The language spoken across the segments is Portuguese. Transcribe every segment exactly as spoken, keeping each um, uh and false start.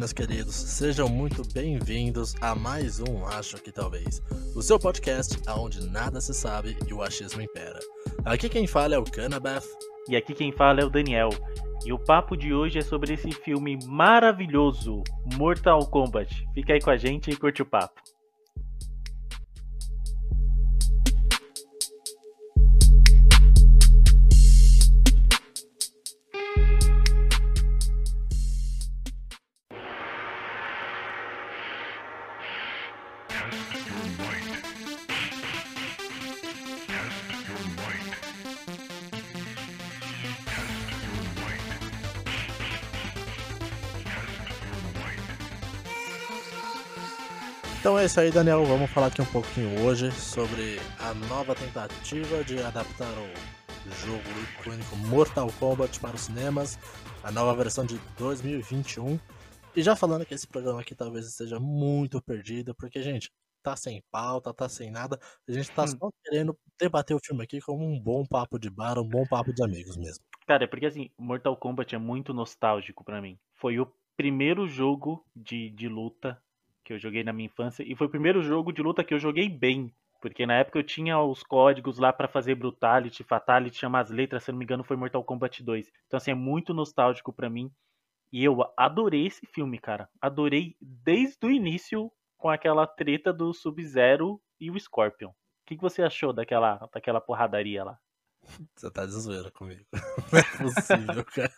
meus queridos, sejam muito bem-vindos a mais um Acho Que Talvez, o seu podcast onde nada se sabe e o achismo impera. Aqui quem fala é o Canabeth. E aqui quem fala é o Daniel. E o papo de hoje é sobre esse filme maravilhoso, Mortal Kombat. Fica aí com a gente e curte o papo. Então é isso aí, Daniel, vamos falar aqui um pouquinho hoje sobre a nova tentativa de adaptar o jogo icônico Mortal Kombat para os cinemas, a nova versão de dois mil e vinte e um. E já falando que esse programa aqui talvez esteja muito perdido, porque, gente, tá sem pauta, tá sem nada, a gente tá só querendo debater o filme aqui como um bom papo de bar, um bom papo de amigos mesmo. Cara, é porque assim, Mortal Kombat é muito nostálgico pra mim. Foi o primeiro jogo de, de luta que eu joguei na minha infância e foi o primeiro jogo de luta que eu joguei bem. Porque na época eu tinha os códigos lá pra fazer Brutality, Fatality, chamar as letras, se eu não me engano foi Mortal Kombat dois. Então assim, é muito nostálgico pra mim. E eu adorei esse filme, cara. Adorei desde o início com aquela treta do Sub-Zero e o Scorpion. O que, que você achou daquela, daquela porradaria lá? Você tá de zoeira comigo. Não é possível, cara.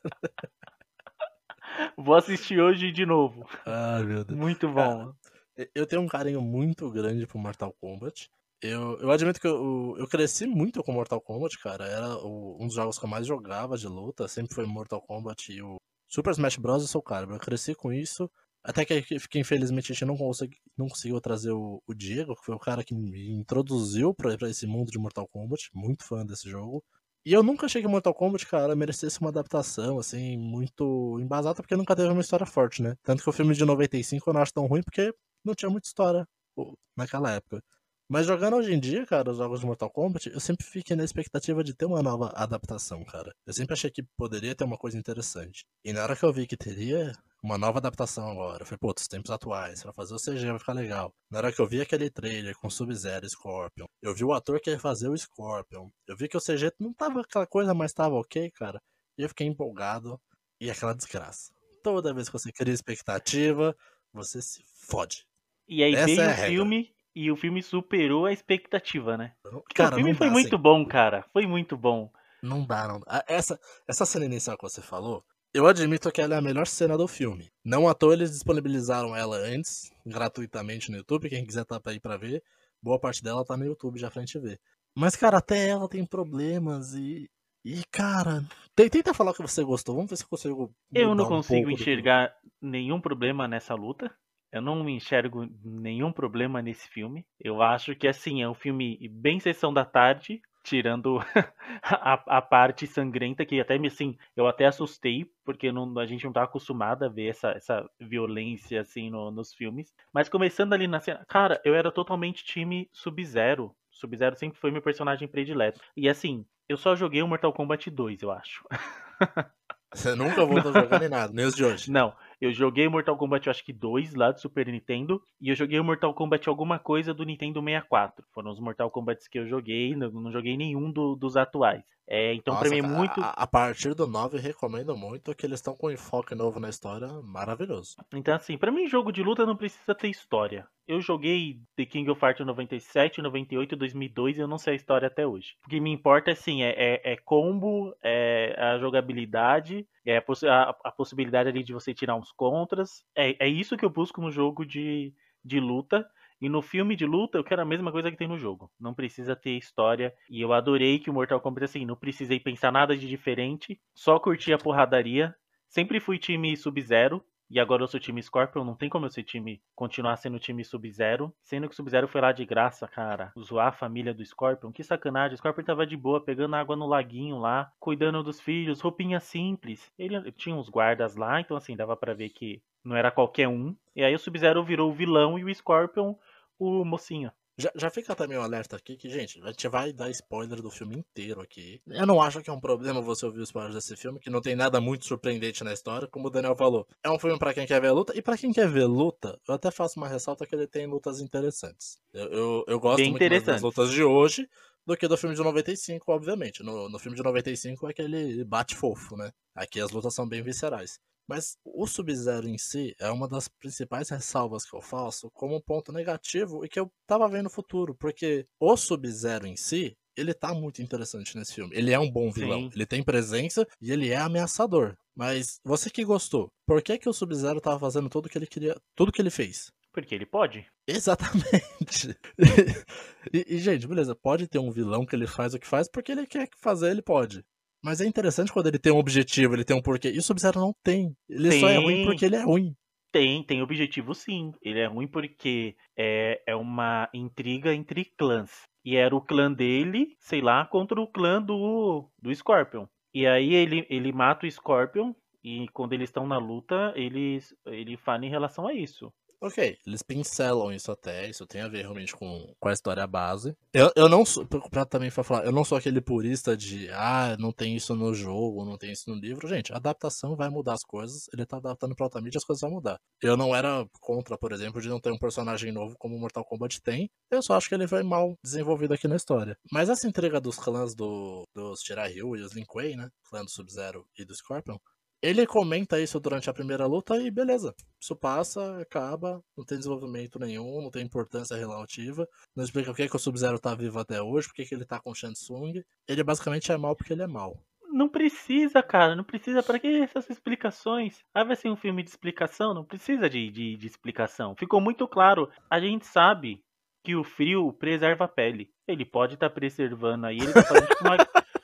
Vou assistir hoje de novo. Ai, meu Deus. Muito bom. Cara, eu tenho um carinho muito grande pro Mortal Kombat. Eu, eu admito que eu, eu cresci muito com Mortal Kombat, cara. Era o, um dos jogos que eu mais jogava de luta. Sempre foi Mortal Kombat e o Super Smash Bros. Eu sou cara. Eu cresci com isso. Até que, que infelizmente a gente não, consegui, não conseguiu trazer o, o Diego, que foi o cara que me introduziu pra, pra esse mundo de Mortal Kombat. Muito fã desse jogo. E eu nunca achei que Mortal Kombat, cara, merecesse uma adaptação, assim, muito embasada, porque nunca teve uma história forte, né? Tanto que o filme de noventa e cinco eu não acho tão ruim, porque não tinha muita história pô, naquela época. Mas jogando hoje em dia, cara, os jogos de Mortal Kombat, eu sempre fiquei na expectativa de ter uma nova adaptação, cara. Eu sempre achei que poderia ter uma coisa interessante. E na hora que eu vi que teria uma nova adaptação agora, eu falei, pô, dos tempos atuais, pra fazer o C G vai ficar legal. Na hora que eu vi aquele trailer com Sub-Zero e Scorpion, eu vi o ator que ia fazer o Scorpion, eu vi que o C G não tava aquela coisa, mas tava ok, cara. E eu fiquei empolgado. E aquela desgraça. Toda vez que você cria expectativa, você se fode. E aí Essa veio é a o regra. filme e o filme superou a expectativa, né? Porque Cara, o filme não foi dá, muito assim. bom, cara. Foi muito bom. Não dá, não dá. Essa, essa cena inicial que você falou, eu admito que ela é a melhor cena do filme. Não à toa eles disponibilizaram ela antes, gratuitamente no YouTube. Quem quiser tá aí pra ver, boa parte dela tá no YouTube já pra gente ver. Mas, cara, até ela tem problemas e. E, cara, tenta falar o que você gostou. Vamos ver se eu consigo Eu não mudar um consigo pouco do que. enxergar nenhum problema nessa luta. Eu não enxergo nenhum problema nesse filme. Eu acho que, assim, é um filme bem sessão da tarde, tirando a, a parte sangrenta, que até me, assim, eu até assustei, porque não, a gente não tá acostumado a ver essa, essa violência, assim, no, nos filmes. Mas começando ali na cena, cara, eu era totalmente time Sub-Zero. Sub-Zero sempre foi meu personagem predileto. E, assim, eu só joguei o Mortal Kombat dois, eu acho. Você nunca voltou a jogar nem nada, nem os de hoje. Não, eu joguei Mortal Kombat, eu acho que dois lá do Super Nintendo, e eu joguei o Mortal Kombat alguma coisa do Nintendo sessenta e quatro. Foram os Mortal Kombats que eu joguei, não, não joguei nenhum do, dos atuais. É, então pra Nossa, mim é cara, muito. a, a partir do nove eu recomendo muito que eles estão com um enfoque novo na história maravilhoso. Então assim, pra mim jogo de luta não precisa ter história. Eu joguei The King of Fighters noventa e sete, noventa e oito, dois mil e dois e eu não sei a história até hoje. O que me importa assim, é, é, é combo, é a jogabilidade, é a, poss a, a possibilidade ali de você tirar uns contras. É, é isso que eu busco no jogo de, de luta. E no filme de luta eu quero a mesma coisa que tem no jogo. Não precisa ter história. E eu adorei que o Mortal Kombat, assim, não precisei pensar nada de diferente. Só curti a porradaria. Sempre fui time Sub-Zero. E agora eu sou time Scorpion, não tem como eu ser time, continuar sendo time Sub-Zero. Sendo que o Sub-Zero foi lá de graça, cara. Zoar a família do Scorpion, que sacanagem. O Scorpion tava de boa, pegando água no laguinho lá, cuidando dos filhos, roupinha simples. Ele tinha uns guardas lá, então assim, dava pra ver que não era qualquer um. E aí o Sub-Zero virou o vilão e o Scorpion o mocinho. Já, já fica também um alerta aqui que, gente, a gente vai dar spoiler do filme inteiro aqui. Eu não acho que é um problema você ouvir os spoilers desse filme, que não tem nada muito surpreendente na história, como o Daniel falou. É um filme pra quem quer ver luta, e pra quem quer ver luta, eu até faço uma ressalta que ele tem lutas interessantes. Eu, eu, eu gosto Bem muito mais das interessante. lutas de hoje do que do filme de noventa e cinco, obviamente. No, no filme de noventa e cinco é aquele bate fofo, né? Aqui as lutas são bem viscerais. Mas o Sub-Zero em si é uma das principais ressalvas que eu faço como um ponto negativo e que eu tava vendo no futuro, porque o Sub-Zero em si, ele tá muito interessante nesse filme. Ele é um bom vilão, Sim. ele tem presença e ele é ameaçador. Mas você que gostou, por que que o Sub-Zero tava fazendo tudo que ele queria, tudo que ele fez? Porque ele pode. Exatamente. e, e, gente, beleza, pode ter um vilão que ele faz o que faz porque ele quer fazer, ele pode. Mas é interessante quando ele tem um objetivo, ele tem um porquê. E o Sub-Zero não tem. Ele Tem, só é ruim porque ele é ruim. Tem, tem objetivo sim. Ele é ruim porque é, é uma intriga entre clãs. E era o clã dele, sei lá, contra o clã do, do Scorpion. E aí ele, ele mata o Scorpion e quando eles estão na luta, eles, ele fala em relação a isso. Ok, eles pincelam isso até, isso tem a ver realmente com, com a história base. Eu, eu não sou, pra também falar, eu não sou aquele purista de, ah, não tem isso no jogo, não tem isso no livro. Gente, a adaptação vai mudar as coisas, ele tá adaptando pra outra mídia, as coisas vão mudar. Eu não era contra, por exemplo, de não ter um personagem novo como o Mortal Kombat tem, eu só acho que ele foi mal desenvolvido aqui na história. Mas essa entrega dos clãs do, dos Shirahyu e os Lin Kuei, né, clã do Sub-Zero e do Scorpion, ele comenta isso durante a primeira luta e beleza. Isso passa, acaba, não tem desenvolvimento nenhum, não tem importância relativa. Não explica o que, é que o Sub-Zero tá vivo até hoje, por que, que ele tá com o Shang Tsung. Ele basicamente é mal porque ele é mal. Não precisa, cara, não precisa. Pra que essas explicações? Ah, vai ser um filme de explicação? Não precisa de, de, de explicação. Ficou muito claro. A gente sabe que o frio preserva a pele. Ele pode estar preservando aí, ele tá fazendo tipo uma.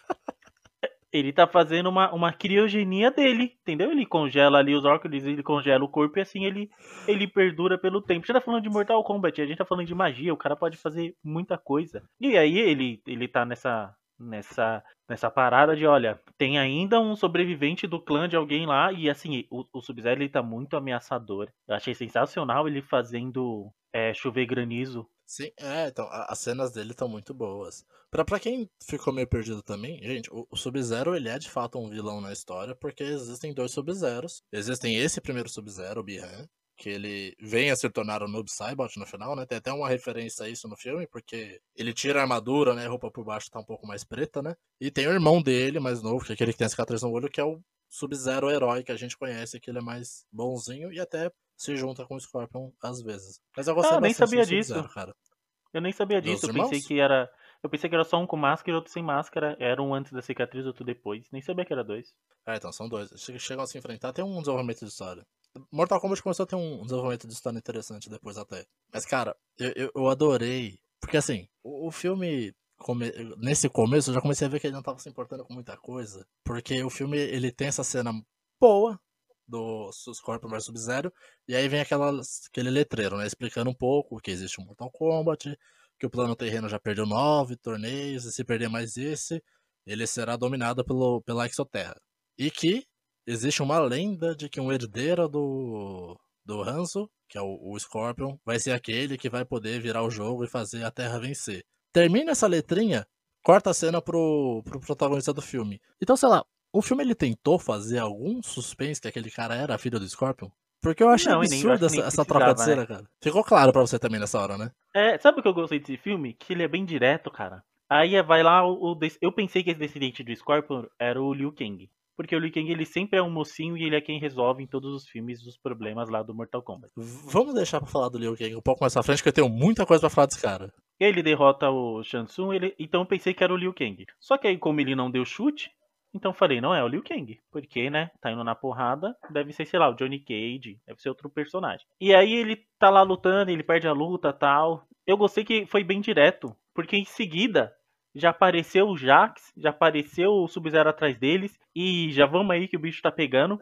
Ele tá fazendo uma, uma criogenia dele, entendeu? Ele congela ali os órgãos, ele congela o corpo e assim ele, ele perdura pelo tempo. A gente tá falando de Mortal Kombat, a gente tá falando de magia, o cara pode fazer muita coisa. E aí ele, ele tá nessa, nessa, nessa parada de, olha, tem ainda um sobrevivente do clã de alguém lá, e assim, o, o Sub-Zero ele tá muito ameaçador. Eu achei sensacional ele fazendo é, chover granizo. Sim, é, então, a- as cenas dele estão muito boas. Pra, pra quem ficou meio perdido também, gente, o, o Sub-Zero, ele é de fato um vilão na história, porque existem dois Sub-Zeros. Existem esse primeiro Sub-Zero, o Bi-Han, que ele vem a se tornar o Noob Saibot no final, né? Tem até uma referência a isso no filme, porque ele tira a armadura, né? A roupa por baixo tá um pouco mais preta, né? E tem o irmão dele, mais novo, que é aquele que tem a cicatriz no olho, que é o Sub-Zero herói que a gente conhece, que ele é mais bonzinho e até se junta com o Scorpion às vezes. Mas eu gostei Ah, nem bastante do sabia disso. Sub-Zero, cara. Eu nem sabia Dos disso, eu pensei irmãos? que era. Eu pensei que era só um com máscara e outro sem máscara. Era um antes da cicatriz, outro depois. Nem sabia que era dois. Ah, então, são dois. Che- Chegam a se enfrentar, tem um desenvolvimento de história. Mortal Kombat começou a ter um desenvolvimento de história interessante depois até. Mas, cara, eu, eu, eu adorei. Porque assim, o, o filme. come- Nesse começo eu já comecei a ver que ele não tava se importando com muita coisa. Porque o filme ele tem essa cena boa do Scorpion versus Sub-Zero. E aí vem aquela, aquele letreiro, né? Explicando um pouco que existe um Mortal Kombat. Que o plano terreno já perdeu nove torneios. E se perder mais esse, ele será dominado pelo, pela Exoterra. E que existe uma lenda de que um herdeiro do, do Hanzo, que é o, o Scorpion, vai ser aquele que vai poder virar o jogo e fazer a Terra vencer. Termina essa letrinha, corta a cena pro, pro protagonista do filme. Então, sei lá, o filme ele tentou fazer algum suspense que aquele cara era filho do Scorpion? Porque eu achei Não, e nem, eu acho absurda que nem essa, essa troca de precisava, né? cena, cara. Ficou claro pra você também nessa hora, né? É, sabe o que eu gostei desse filme? Que ele é bem direto, cara. Aí vai lá o. o des- eu pensei que esse descendente do Scorpion era o Liu Kang. Porque o Liu Kang ele sempre é um mocinho e ele é quem resolve em todos os filmes os problemas lá do Mortal Kombat. V- Vamos deixar pra falar do Liu Kang um pouco mais pra frente, que eu tenho muita coisa pra falar desse cara. Ele derrota o Shang Tsung, ele, então eu pensei que era o Liu Kang. Só que aí, como ele não deu chute, então falei, não é o Liu Kang. Porque, né, tá indo na porrada, deve ser, sei lá, o Johnny Cage, deve ser outro personagem. E aí ele tá lá lutando, ele perde a luta tal. Eu gostei que foi bem direto, porque em seguida já apareceu o Jax, já apareceu o Sub-Zero atrás deles, e já vamos aí que o bicho tá pegando.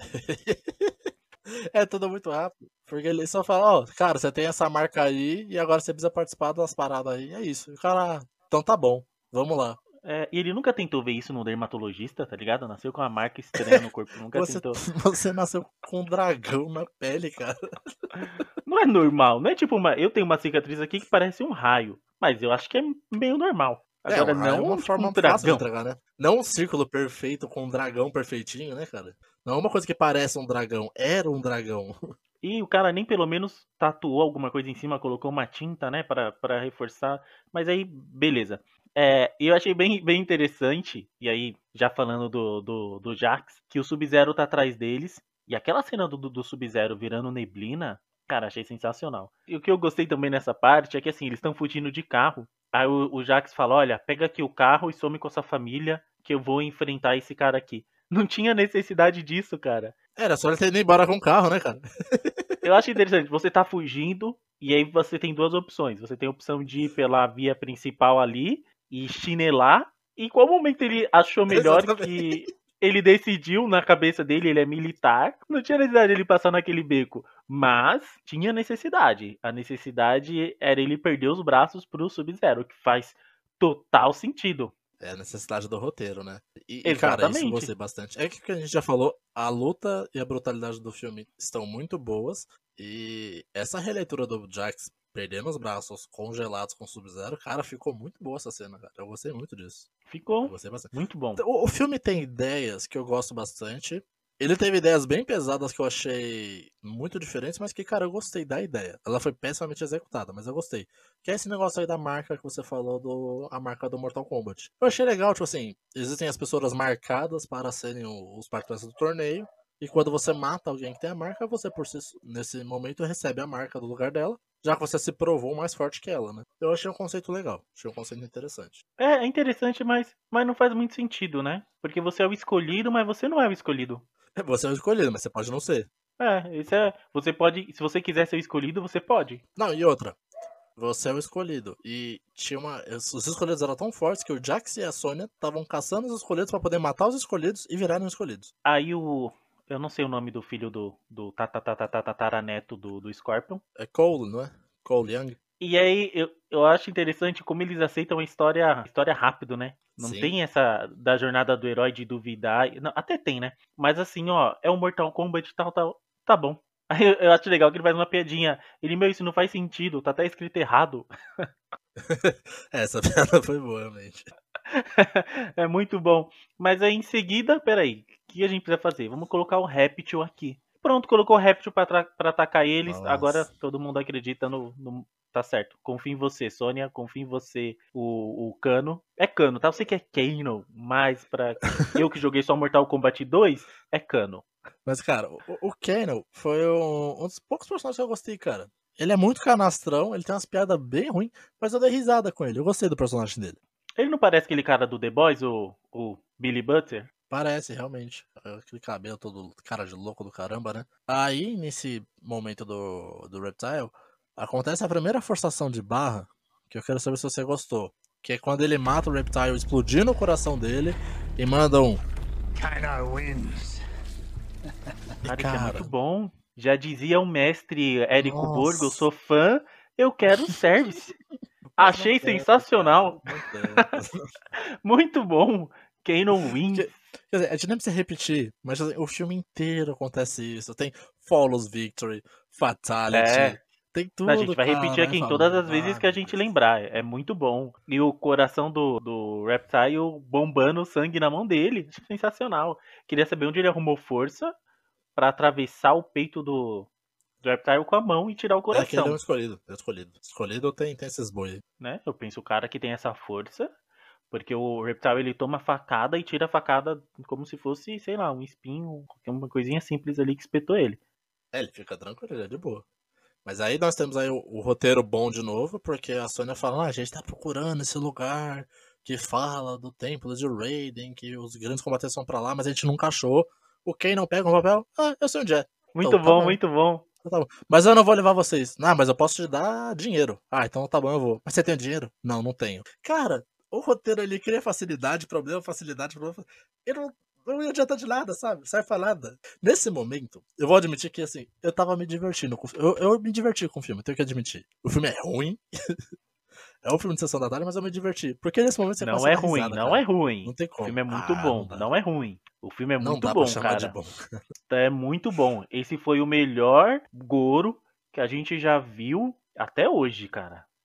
É tudo muito rápido. Porque ele só fala, ó, cara, você tem essa marca aí e agora você precisa participar das paradas aí. É isso. E o cara, ah, então tá bom, vamos lá. É, e ele nunca tentou ver isso no dermatologista, tá ligado? Nasceu com uma marca estranha no corpo, nunca Você, tentou. você nasceu com um dragão na pele, cara. Não é normal, não é tipo uma. Eu tenho uma cicatriz aqui que parece um raio. Mas eu acho que é meio normal. É, Agora, é não uma tipo, forma um fácil de dragão. entregar, né? Não um círculo perfeito com um dragão perfeitinho, né, cara? Não é uma coisa que parece um dragão, era um dragão. E o cara nem pelo menos tatuou alguma coisa em cima, colocou uma tinta, né, para para reforçar. Mas aí, beleza. É, e eu achei bem, bem interessante, e aí, já falando do, do, do Jax, que o Sub-Zero tá atrás deles. E aquela cena do, do do Sub-Zero virando neblina, cara, achei sensacional. E o que eu gostei também nessa parte é que, assim, eles estão fugindo de carro. Aí o, o Jax fala: olha, pega aqui o carro e some com a sua família, que eu vou enfrentar esse cara aqui. Não tinha necessidade disso, cara. Era só ele ter ido embora com o carro, né, cara? Eu acho interessante, você tá fugindo e aí você tem duas opções. Você tem a opção de ir pela via principal ali e chinelar. E em qual momento ele achou melhor Exatamente. que ele decidiu na cabeça dele, ele é militar, não tinha necessidade de ele passar naquele beco, mas tinha necessidade. A necessidade era ele perder os braços pro Sub-Zero, que faz total sentido. É a necessidade do roteiro, né? E, e, cara, isso eu Exatamente. gostei bastante. É que o que a gente já falou, a luta e a brutalidade do filme estão muito boas. E essa releitura do Jax perdendo os braços congelados com o Sub-Zero, cara, ficou muito boa essa cena, cara. Eu gostei muito disso. Eu Ficou gostei bastante. muito bom. O, o filme tem ideias que eu gosto bastante. Ele teve ideias bem pesadas que eu achei muito diferentes, mas que, cara, eu gostei da ideia. Ela foi pessimamente executada, mas eu gostei. Que é esse negócio aí da marca que você falou, do, a marca do Mortal Kombat. Eu achei legal, tipo assim, existem as pessoas marcadas para serem os participantes do torneio. E quando você mata alguém que tem a marca, você, por si, nesse momento, recebe a marca do lugar dela, já que você se provou mais forte que ela, né? Eu achei um conceito legal, achei um conceito interessante. É, é interessante, mas, mas não faz muito sentido, né? Porque você é o escolhido, mas você não é o escolhido. Você é o escolhido, mas você pode não ser. É, isso é. Você pode. Se você quiser ser o escolhido, você pode. Não, e outra, você é o escolhido. E tinha uma. Os escolhidos eram tão fortes que o Jax e a Sonya estavam caçando os escolhidos pra poder matar os escolhidos e virarem escolhidos. Aí o. Eu não sei o nome do filho do. Do tataraneto do, do Scorpion. É Cole, não é? Cole Young? E aí eu, eu acho interessante como eles aceitam a história, a história rápido, né? Não Sim. tem essa da jornada do herói de duvidar. Não, até tem, né? Mas assim, ó, é um Mortal Kombat e tal, tal. Tá bom. Aí eu, eu acho legal que ele faz uma piadinha. Ele, meu, isso não faz sentido, tá até escrito errado. Essa piada foi boa, realmente. É muito bom. Mas aí em seguida, peraí, o que a gente precisa fazer? Vamos colocar o Réptil aqui. Pronto, colocou o Réptil pra, tra- pra atacar eles. Agora Nossa. todo mundo acredita no, no- Tá certo. Confio em você, Sônia. Confio em você, o, o Cano. É Cano, tá? Eu sei que é Kano, mas pra eu que joguei só Mortal Kombat dois, é Cano. Mas, cara, o, o Kano foi um, um dos poucos personagens que eu gostei, cara. Ele é muito canastrão, ele tem umas piadas bem ruins, mas eu dei risada com ele. Eu gostei do personagem dele. Ele não parece aquele cara do The Boys, o, o Billy Butcher? Parece, realmente. Aquele cabelo todo cara de louco do caramba, né? Aí, nesse momento do, do Reptile, acontece a primeira forçação de barra, que eu quero saber se você gostou. Que é quando ele mata o Reptile explodindo o coração dele e manda um. Kano wins. E, Cara, isso é cara, muito bom. Já dizia o mestre Érico nossa. Borgo, eu sou fã, eu quero service. Achei Não tanto, sensacional. cara, não tanto. Muito bom. Kano wins. Quer dizer, a gente nem precisa repetir, mas assim, o filme inteiro acontece isso. Tem Flawless Victory, Fatality, É. tem tudo, A gente vai repetir cara. aqui Aí em fala, todas as vezes ah, que a meu gente Deus. lembrar. É muito bom. E o coração do, do Reptile bombando sangue na mão dele. Sensacional. Queria saber onde ele arrumou força pra atravessar o peito do, do Reptile com a mão e tirar o É que ele é um coração. escolhido. É escolhido. Escolhido tem, tem esses boi aí. Né? Eu penso o cara que tem essa força. Porque o Reptile ele toma facada e tira a facada como se fosse, sei lá, um espinho, qualquer uma coisinha simples ali que espetou ele. É, ele fica tranquilo, ele é de boa. Mas aí nós temos aí o, o roteiro bom de novo, porque a Sônia fala, ah, a gente tá procurando esse lugar que fala do templo de Raiden, que os grandes combatentes são pra lá, mas a gente nunca achou. O Ken não pega um papel? Ah, eu sei onde é. Muito Então, tá bom, bom. muito bom. Então tá bom. Mas eu não vou levar vocês. Ah, mas eu posso te dar dinheiro. Ah, então tá bom, eu vou. Mas você tem dinheiro? Não, não tenho. Cara, o roteiro ali cria facilidade, problema, facilidade, problema. Eu não, não ia adiantar de nada, sabe? Sai falada. Nesse momento, eu vou admitir que, assim, eu tava me divertindo. Com... Eu, eu me diverti com o filme, tenho que admitir. O filme é ruim. É um filme de sessão da tarde, mas eu me diverti. Porque nesse momento você Não começa a é dar ruim, risada, não cara. é ruim. Não tem O como. filme é muito Ah, bom, não dá. não é ruim. O filme é Não muito dá pra bom, chamar de cara. bom. É muito bom. Esse foi o melhor Goro que a gente já viu até hoje, cara.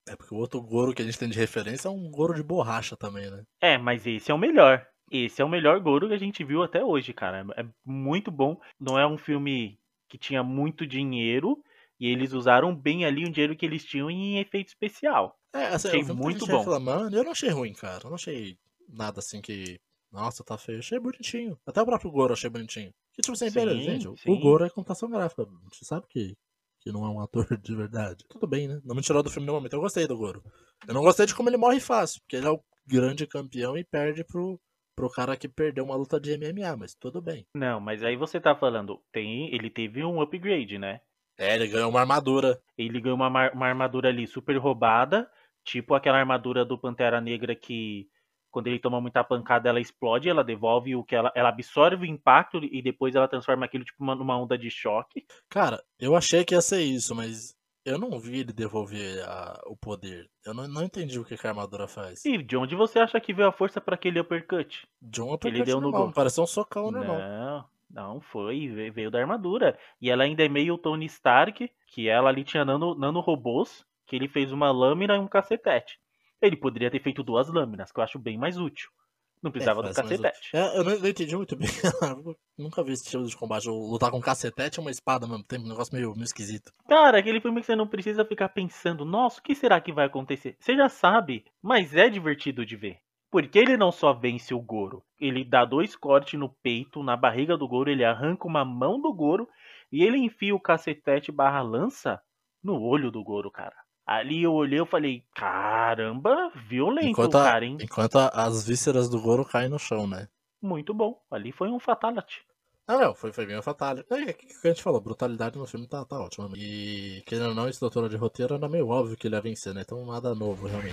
É porque o outro Goro que a gente tem de referência é um Goro de borracha também, né? É, mas esse é o melhor. Esse é o melhor Goro que a gente viu até hoje, cara. É muito bom. Não é um filme que tinha muito dinheiro e eles usaram bem ali o dinheiro que eles tinham em efeito especial. É, assim, Achei eu vi muita muito gente bom. reclamando e eu não achei ruim, cara. Eu não achei nada assim que. Nossa, tá feio. Eu achei bonitinho. Até o próprio Goro eu achei bonitinho. Que tipo assim, beleza, gente. Sim, O sim. Goro é computação gráfica. Você sabe que, que não é um ator de verdade. Tudo bem, né? Não me tirou do filme no momento. Eu gostei do Goro. Eu não gostei de como ele morre fácil, porque ele é o grande campeão e perde pro, pro cara que perdeu uma luta de M M A, mas tudo bem. Não, mas aí você tá falando, tem, ele teve um upgrade, né? É, ele ganhou uma armadura. Ele ganhou uma, mar- uma armadura ali super roubada, tipo aquela armadura do Pantera Negra que quando ele toma muita pancada ela explode, ela devolve o que ela, ela absorve o impacto e depois ela transforma aquilo tipo uma- numa onda de choque. Cara, eu achei que ia ser isso, mas eu não vi ele devolver a- o poder. Eu não, não entendi o que, que a armadura faz. E de onde você acha que veio a força para aquele uppercut De um que ele uppercut deu no normal, gol? pareceu um socão normal. Não, não foi, ve- veio da armadura. E ela ainda é meio Tony Stark, que ela ali tinha nano, nanorobôs, que ele fez uma lâmina e um cacetete. Ele poderia ter feito duas lâminas, que eu acho bem mais útil. Não É, precisava do parece mais. cacetete. É, eu não, não entendi muito bem. Nunca vi esse estilo de combate. Lutar com um cacetete e uma espada ao mesmo tempo, um negócio meio, meio esquisito. Cara, aquele filme que você não precisa ficar pensando, nossa, o que será que vai acontecer? Você já sabe, mas é divertido de ver. Porque ele não só vence o Goro, ele dá dois cortes no peito, na barriga do Goro, ele arranca uma mão do Goro e ele enfia o cacetete barra lança no olho do Goro, cara. Ali eu olhei e falei, caramba, violento o Enquanto, a- cara, hein? enquanto a- as vísceras do Goro caem no chão, né? Muito bom. Ali foi um fatality. Ah, não, foi, foi bem uma fatalha. É, o que, que a gente falou? Brutalidade no filme tá, tá ótima. E, querendo ou não, esse doutora de roteiro era meio óbvio que ele ia vencer, né? Então nada novo, realmente.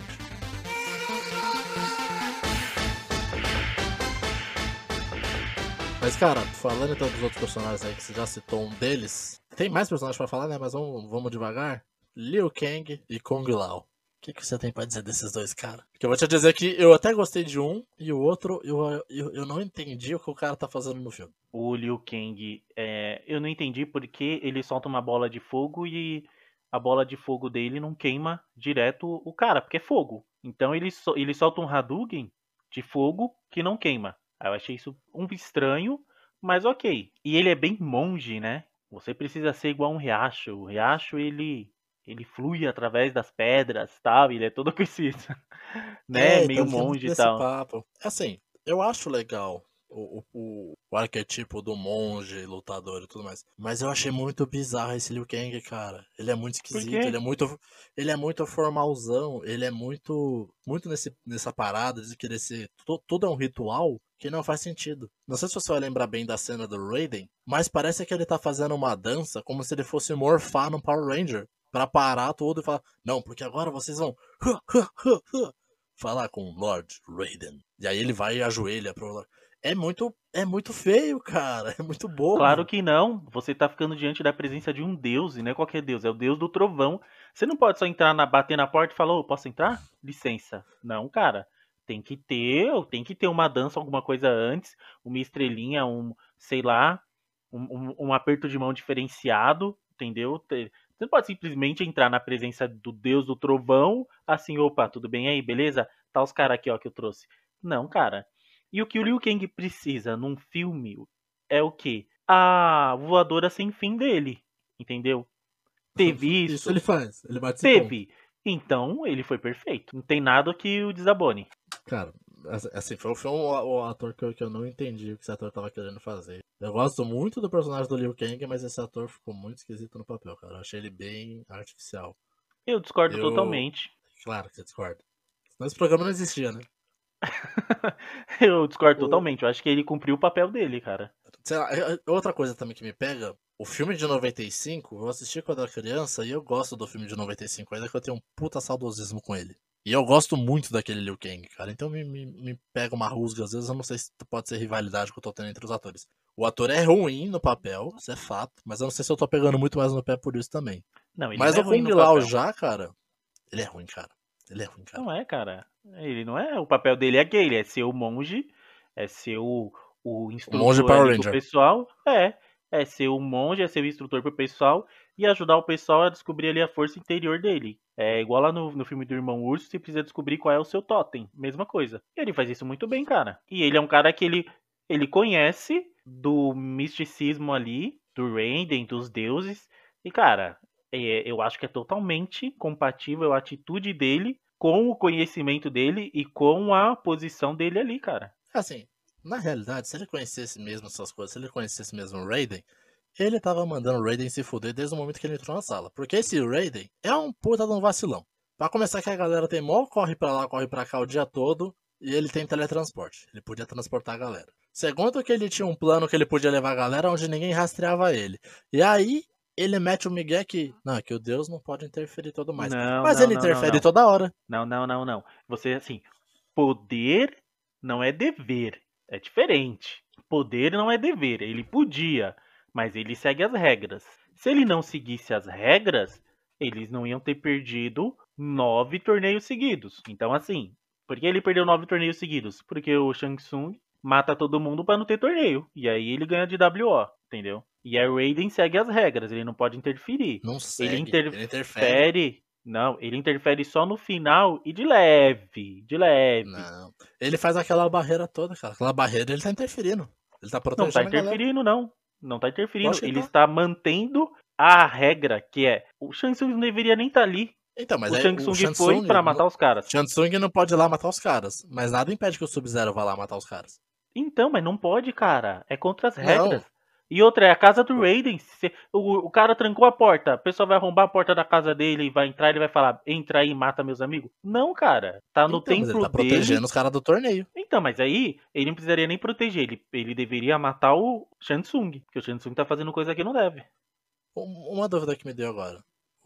Mas, cara, falando então dos outros personagens aí que você já citou um deles, tem mais personagens pra falar, né? Mas vamos, vamos devagar. Liu Kang e Kung Lao. O que, que você tem pra dizer desses dois, cara? Porque eu vou te dizer que eu até gostei de um e o outro eu, eu, eu não entendi o que o cara tá fazendo no filme. O Liu Kang, é, eu não entendi porque ele solta uma bola de fogo e a bola de fogo dele não queima direto o cara, porque é fogo. Então ele, so- ele solta um Hadouken de fogo que não queima. Aí eu achei isso um estranho, mas ok. E ele é bem monge, né? Você precisa ser igual um riacho. O riacho, ele, ele flui através das pedras, tal, ele é todo conhecido, né? É, então Meio ele tem muito monge e desse tal. papo. Assim, eu acho legal o, o, o arquetipo do monge, lutador e tudo mais. Mas eu achei muito bizarro esse Liu Kang, cara. Ele é muito Por esquisito, ele quê? é muito, ele é muito formalzão, ele é muito, muito nesse, nessa parada de querer ser. tu- Tudo é um ritual que não faz sentido. Não sei se você vai lembrar bem da cena do Raiden, mas parece que ele tá fazendo uma dança como se ele fosse morfar no Power Ranger. Pra parar tudo e falar, não, porque agora vocês vão falar com o Lord Raiden. E aí ele vai e ajoelha pro Lord. É muito, é muito feio, cara. É muito Claro bobo. que não. Você tá ficando diante da presença de um deus, e não é qualquer deus, é o deus do trovão. Você não pode só entrar na, bater na porta e falar, ô, posso entrar? Licença. Não, cara. Tem que ter, tem que ter uma dança, alguma coisa antes, uma estrelinha, um, sei lá, um, um- um aperto de mão diferenciado, entendeu? Te- Você não pode simplesmente entrar na presença do deus do trovão, assim, opa, tudo bem aí, beleza? Tá os caras aqui, ó, que eu trouxe. Não, cara. E o que o Liu Kang precisa num filme é o quê? A voadora sem fim dele, entendeu? Teve Isso ele isso? faz. Ele bate esse ponto. Teve. Então ele foi perfeito. Não tem nada que o desabone. Cara, assim, foi, foi um, o ator que eu, que eu não entendi o que esse ator tava querendo fazer. Eu gosto muito do personagem do Liu Kang, mas esse ator ficou muito esquisito no papel, cara. Eu achei ele bem artificial. Eu discordo Eu. totalmente. Claro que você discorda. Senão esse programa não existia, né? Eu discordo O, totalmente. Eu acho que ele cumpriu o papel dele, cara. sei lá, é- é outra coisa também que me pega, o filme de noventa e cinco, eu assisti quando era criança e eu gosto do filme de noventa e cinco, ainda que eu tenho um puta saudosismo com ele. E eu gosto muito daquele Liu Kang, cara. Então me, me, me pega uma rusga, às vezes eu não sei se pode ser rivalidade que eu tô tendo entre os atores. O ator é ruim no papel, isso é fato, mas eu não sei se eu tô pegando muito mais no pé por isso também. Não, ele Mas não é o ruim Kung no Lao papel. já, cara, ele é ruim, cara. Ele é ruim, cara. Não é, cara. Ele não é. O papel dele é aquele, é ser o monge, é ser o, o O Monge instrutor Power ali pro Ranger. pessoal. É. É ser o monge, é ser o instrutor pro pessoal e ajudar o pessoal a descobrir ali a força interior dele. É igual lá no, no filme do Irmão Urso, você precisa descobrir qual é o seu totem. Mesma coisa. E ele faz isso muito bem, cara. E ele é um cara que ele, ele conhece do misticismo ali, do Raiden, dos deuses. E, cara, é, eu acho que é totalmente compatível a atitude dele com o conhecimento dele e com a posição dele ali, cara. Assim, na realidade, se ele conhecesse mesmo essas coisas, se ele conhecesse mesmo o Raiden, ele tava mandando o Raiden se fuder desde o momento que ele entrou na sala. Porque esse Raiden é um puta de um vacilão. Pra começar que a galera tem mó corre pra lá, corre pra cá o dia todo, e ele tem teletransporte. Ele podia transportar a galera. Segundo que ele tinha um plano que ele podia levar a galera onde ninguém rastreava ele. E aí, ele mete o migué que, não, que o Deus não pode interferir e tudo mais. Não, Mas não, ele não, interfere não, não. toda hora. Não, não, não, não. Você, assim, poder não é dever. É diferente. Poder não é dever. Ele podia, mas ele segue as regras. Se ele não seguisse as regras, eles não iam ter perdido nove torneios seguidos. Então, assim, por que ele perdeu nove torneios seguidos? Porque o Shang Tsung mata todo mundo pra não ter torneio. E aí ele ganha de W O, entendeu? E a Raiden segue as regras, ele não pode interferir. Não segue, ele interfere. ele interfere. Não, ele interfere só no final e de leve, de leve. Não. Ele faz aquela barreira toda, cara. Aquela barreira ele tá interferindo. Ele tá Não protegendo tá a galera. interferindo, não. Não tá interferindo. Lógico que Ele tá. está mantendo a regra, que é o Shang Tsung não deveria nem estar ali. Então, mas o aí Shang o Tsung Shang foi Tsung pra não- matar os caras. Shang Tsung não pode ir lá matar os caras. Mas nada impede que o Sub-Zero vá lá matar os caras. Então, mas não pode, cara. É contra as Não. regras. E outra, é a casa do Raiden. Se o, o cara trancou a porta, a pessoa vai arrombar a porta da casa dele, vai entrar, ele vai falar, entra aí e mata meus amigos. Não, cara. Tá no Então, mas templo ele tá dele. protegendo os caras do torneio. Então, mas aí ele não precisaria nem proteger. Ele, ele deveria matar o Shang Tsung. Porque o Shang Tsung tá fazendo coisa que não deve. Um- Uma dúvida que me deu agora.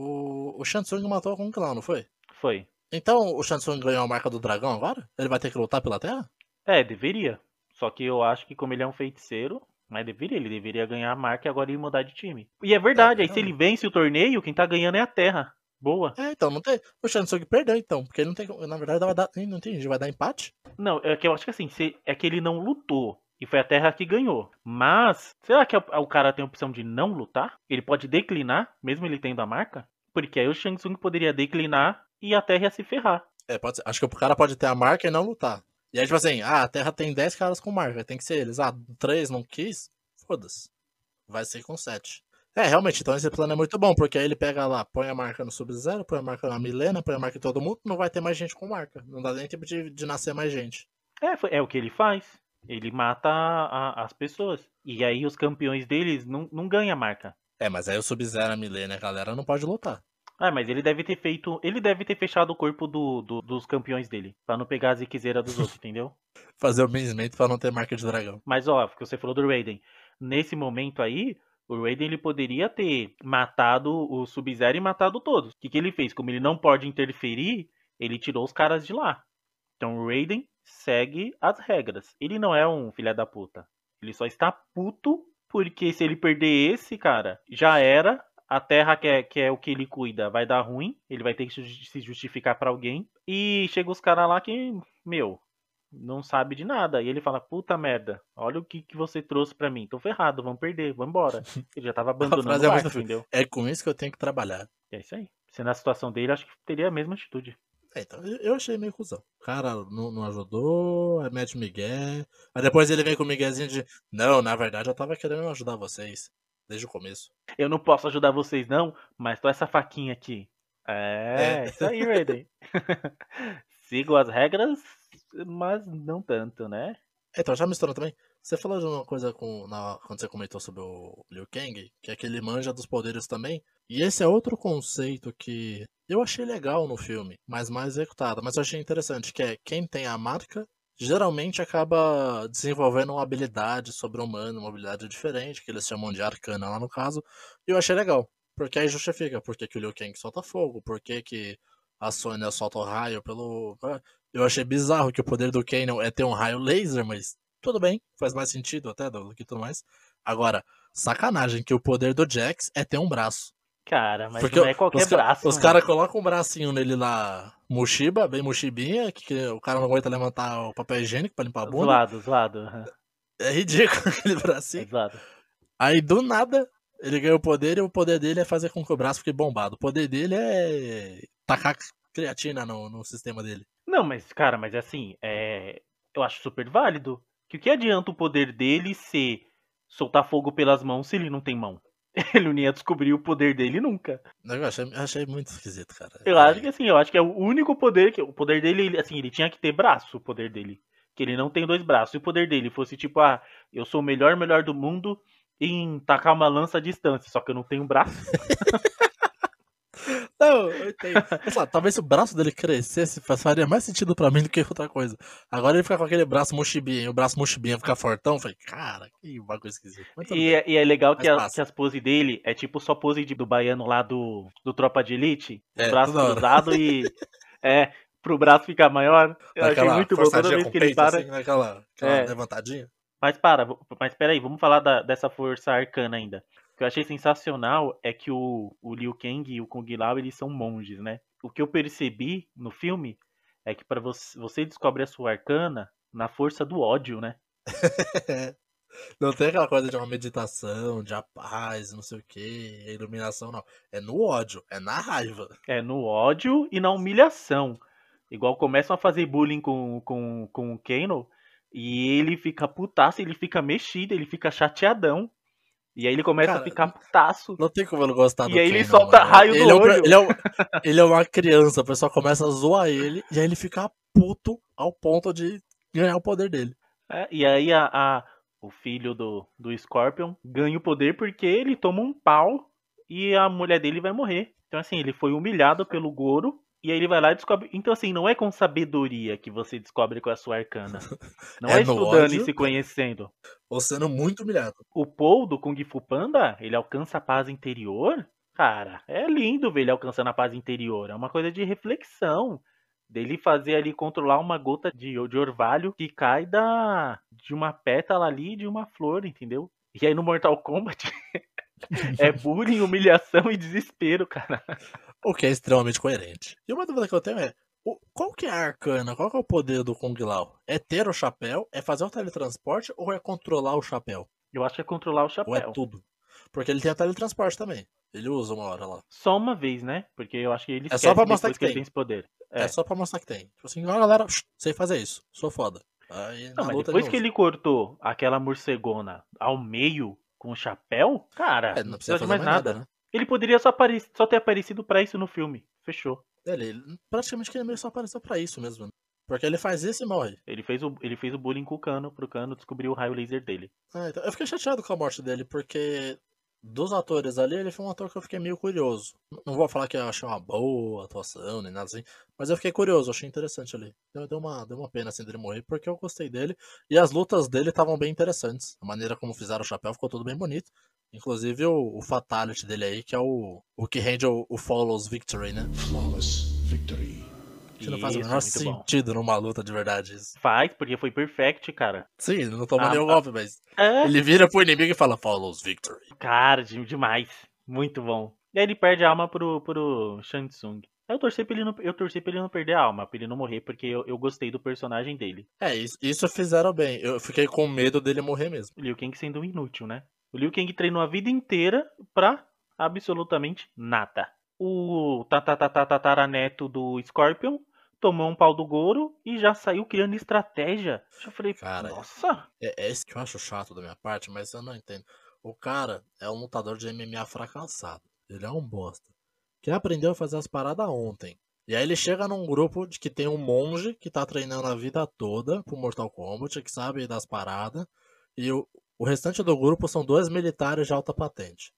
O, o Shang Tsung matou com um clã, não foi? Foi. Então o Shang Tsung ganhou a marca do dragão agora? Ele vai ter que lutar pela Terra? É, deveria. Só que eu acho que como ele é um feiticeiro, mas deveria, ele deveria ganhar a marca e agora ele mudar de time. E é verdade, É aí se verdade. ele vence o torneio, quem tá ganhando é a Terra. Boa. É, então, não tem. O Shang Tsung perdeu, então. Porque ele não tem. Na verdade, vai dar. Não entendi. Vai dar empate? Não, é que eu acho que assim, se, é que ele não lutou. E foi a Terra que ganhou. Mas, será que o, o cara tem a opção de não lutar? Ele pode declinar, mesmo ele tendo a marca? Porque aí o Shang Tsung poderia declinar e a Terra ia se ferrar. É, pode ser. Acho que o cara pode ter a marca e não lutar. E aí, tipo assim, ah, a Terra tem dez caras com marca, tem que ser eles. Ah, três não quis? Foda-se. Vai ser com sete. É, realmente, então esse plano é muito bom, porque aí ele pega lá, põe a marca no Sub-Zero, põe a marca na Milena, põe a marca em todo mundo, não vai ter mais gente com marca. Não dá nem tempo de, de nascer mais gente. É, foi- é o que ele faz. Ele mata a- a- as pessoas. E aí os campeões deles não, não ganham a marca. É, mas aí o Sub-Zero, a Milena, a galera não pode lutar. Ah, mas ele deve ter feito. Ele deve ter fechado o corpo do, do- dos campeões dele. Pra não pegar a ziquezeira dos outros, entendeu? Fazer o benzimento pra não ter marca de dragão. Mas ó, porque você falou do Raiden. Nesse momento aí, o Raiden ele poderia ter matado o Sub-Zero e matado todos. O que, que ele fez? Como ele não pode interferir, ele tirou os caras de lá. Então o Raiden segue as regras. Ele não é um filho da puta. Ele só está puto porque se ele perder esse, cara, já era. A Terra, que é, que é o que ele cuida, vai dar ruim. Ele vai ter que ju- se justificar pra alguém. E chega os caras lá que, meu, não sabe de nada. E ele fala, puta merda, olha o que, que você trouxe pra mim. Tô ferrado, vamos perder, vamos embora. Ele já tava abandonando frase o é barco, muito- entendeu? É com isso que eu tenho que trabalhar. E é isso aí. Se na situação dele, acho que teria a mesma atitude. É, então, eu eu achei meio cuzão. O cara não, não ajudou, aí mete o migué. Aí depois ele vem com o miguezinho de, não, na verdade eu tava querendo ajudar vocês. Desde o começo. Eu não posso ajudar vocês, não, mas tô essa faquinha aqui. É, É. isso aí, Raiden. Sigo as regras, mas não tanto, né? Então, já misturando também. Você falou de uma coisa com, na- quando você comentou sobre o Liu Kang, que é que ele manja dos poderes também. E esse é outro conceito que eu achei legal no filme, mas mal executado. Mas eu achei interessante, que é quem tem a marca geralmente acaba desenvolvendo uma habilidade sobre-humana, uma habilidade diferente, que eles chamam de arcana lá no caso. E eu achei legal, porque aí justifica por que, que o Liu Kang solta fogo, por que, que a Sonya solta o raio pelo... Eu achei bizarro que o poder do Kanon é ter um raio laser, mas tudo bem, faz mais sentido até do que tudo mais. Agora, sacanagem que o poder do Jax é ter um braço. Cara, mas Porque não é qualquer os, ca- braço. os mano. caras colocam um bracinho nele lá, Mushiba, bem Mushibinha, que, que o cara não aguenta levantar o papel higiênico pra limpar a bunda. Zoado, zoado. aham. É ridículo aquele É bracinho. zoado. Aí do nada, ele ganha o poder e o poder dele é fazer com que o braço fique bombado. O poder dele é tacar creatina no, no sistema dele. Não, mas, cara, mas assim, é... eu acho super válido. Que o que adianta o poder dele ser soltar fogo pelas mãos se ele não tem mão? Ele não ia descobrir o poder dele nunca. Eu achei, eu achei muito esquisito, cara. Eu É, acho que assim, eu acho que é o único poder que. O poder dele, ele, assim, ele tinha que ter braço, o poder dele. Que ele não tem dois braços. Se o poder dele fosse tipo, ah, eu sou o melhor, melhor do mundo em tacar uma lança à distância, só que eu não tenho braço. Não, eu entendo. Mas, lá, talvez se o braço dele crescesse, faria mais sentido pra mim do que outra coisa. Agora ele fica com aquele braço mochibinha, e o braço mochibinha fica fortão, eu falei, cara, que bagulho esquisito. Mas tudo E, bem. é- e é legal Mas que, a- passa. que as poses dele é tipo só pose de- do baiano lá do, do Tropa de Elite. Os É, braços toda hora. cruzados e. É, pro braço ficar maior. Eu achei Daquela muito bom toda forçadinha vez com o que ele peito, para. assim, naquela aquela É, levantadinha. mas para, v- mas peraí, vamos falar da- dessa força arcana ainda. O que eu achei sensacional é que o, o Liu Kang e o Kung Lao, eles são monges, né? O que eu percebi no filme é que para você, você descobre a sua arcana na força do ódio, né? Não tem aquela coisa de uma meditação, de a paz, não sei o que, iluminação, não. É no ódio, é na raiva. É no ódio e na humilhação. Igual começam a fazer bullying com, com, com o Kano e ele fica putaço, ele fica mexido, ele fica chateadão. E aí ele começa a Cara, ficar putaço. não tem como eu não gostar do E aí ele Kanon, solta mano. raio do ele é, um, olho. ele, é um, ele é uma criança, o pessoal começa a zoar ele e aí ele fica puto ao ponto de ganhar o poder dele. É, e aí a, a- o filho do, do Scorpion ganha o poder porque ele toma um pau e a mulher dele vai morrer. Então assim, ele foi humilhado pelo Goro e aí ele vai lá e descobre. Então assim, não é com sabedoria que você descobre com a sua arcana. Não é, É no estudando e ódio, se conhecendo. ou sendo muito humilhado. O Paul do Kung Fu Panda, ele alcança a paz interior? Cara, é lindo ver ele alcançando a paz interior. É uma coisa de reflexão. Dele fazer ali, controlar uma gota de, de orvalho que cai da de uma pétala ali de uma flor, entendeu? E aí no Mortal Kombat é bullying, humilhação e desespero, cara. O que é extremamente coerente. E uma dúvida que eu tenho é, o- qual que é a arcana, qual que é o poder do Kung Lao? É ter o chapéu, é fazer o teletransporte ou é controlar o chapéu? Eu acho que é controlar o Ou é chapéu. tudo? Porque ele tem o teletransporte também. Ele usa uma hora lá. Só uma vez, né? Porque eu acho que ele É esquece só pra mostrar depois que que ele tem. tem esse poder. É. É. só pra mostrar que tem. Tipo assim, ó galera, sei fazer isso. Sou foda. Aí Não, na mas luta depois ele que usa. ele cortou aquela morcegona ao meio com o chapéu, cara, É, não não precisa precisa de fazer mais nada. né? Ele poderia só, apare- só ter aparecido pra isso no filme. Fechou. Ele, ele- praticamente que ele meio só apareceu pra isso mesmo. Né? Porque ele faz isso e morre. Ele fez o, ele fez o bullying com o Cano, pro Cano descobrir o raio laser dele. Ah, então, eu fiquei chateado com a morte dele, porque dos atores ali, ele foi um ator que eu fiquei meio curioso. Não vou falar que eu achei uma boa atuação, nem nada assim, mas eu fiquei curioso, achei interessante ali. Deu, deu, uma, deu uma pena assim dele morrer, porque eu gostei dele. E as lutas dele estavam bem interessantes. A maneira como fizeram o chapéu ficou tudo bem bonito. Inclusive o, o Fatality dele aí, que é o, o que rende o, o Follows Victory, né? Flawless victory. Que não faz o Isso, menor muito bom. sentido numa luta de verdade isso. Faz, porque foi perfect, cara. Sim, ele não toma Ah, nenhum ah. golpe, mas É, ele vira pro inimigo e fala Follows Victory. cara, de- demais. Muito bom. E aí ele perde a alma pro, pro Shang Tsung. Eu torci pra ele não, eu torci pra ele não perder a alma, pra ele não morrer, porque eu, eu gostei do personagem dele. É, isso, isso fizeram bem. Eu fiquei com medo dele morrer mesmo. O Liu Kang sendo um inútil, né? O Liu Kang treinou a vida inteira pra absolutamente nada. O tataraneto do Scorpion tomou um pau do Goro e já saiu criando estratégia. Eu falei, Cara, nossa, É, é isso que eu acho chato da minha parte, mas eu não entendo. O cara é um lutador de M M A fracassado. Ele é um bosta. Que aprendeu a fazer as paradas ontem. E aí ele chega num grupo de que tem um monge que tá treinando a vida toda pro Mortal Kombat, que sabe das paradas. E o, o restante do grupo são dois militares de alta patente.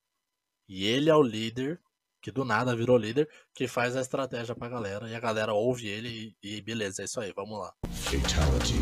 E ele é o líder, que do nada virou líder, que faz a estratégia pra galera. E a galera ouve ele e, e beleza, é isso aí, vamos lá. Fatality.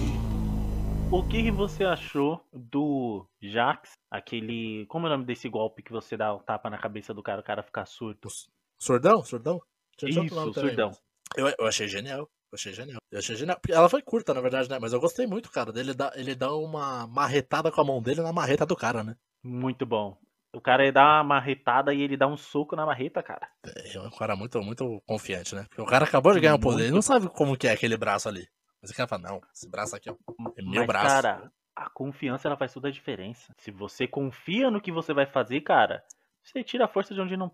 o que que você achou do Jax? Aquele. Como é o nome desse golpe que você dá o tapa na cabeça do cara, o cara fica surdo? Surdão? Surdão? Tinha outro Isso, nome também, surdão. mas- Eu, eu achei genial. Eu achei genial. Eu achei genial. Porque ela foi curta, na verdade, né? Mas eu gostei muito, cara. Dele dá, ele dá uma marretada com a mão dele na marreta do cara, né? Muito bom. O cara dá uma marretada e ele dá um soco na marreta, cara. É um cara muito, muito confiante, né? Porque o cara acabou de ganhar o poder. Ele não Muito. sabe como que é aquele braço ali. Mas o cara fala, não, esse braço aqui é é meu Mas, braço. cara, a confiança ela faz toda a diferença. Se você confia no que você vai fazer, cara, você tira a força de onde não tem.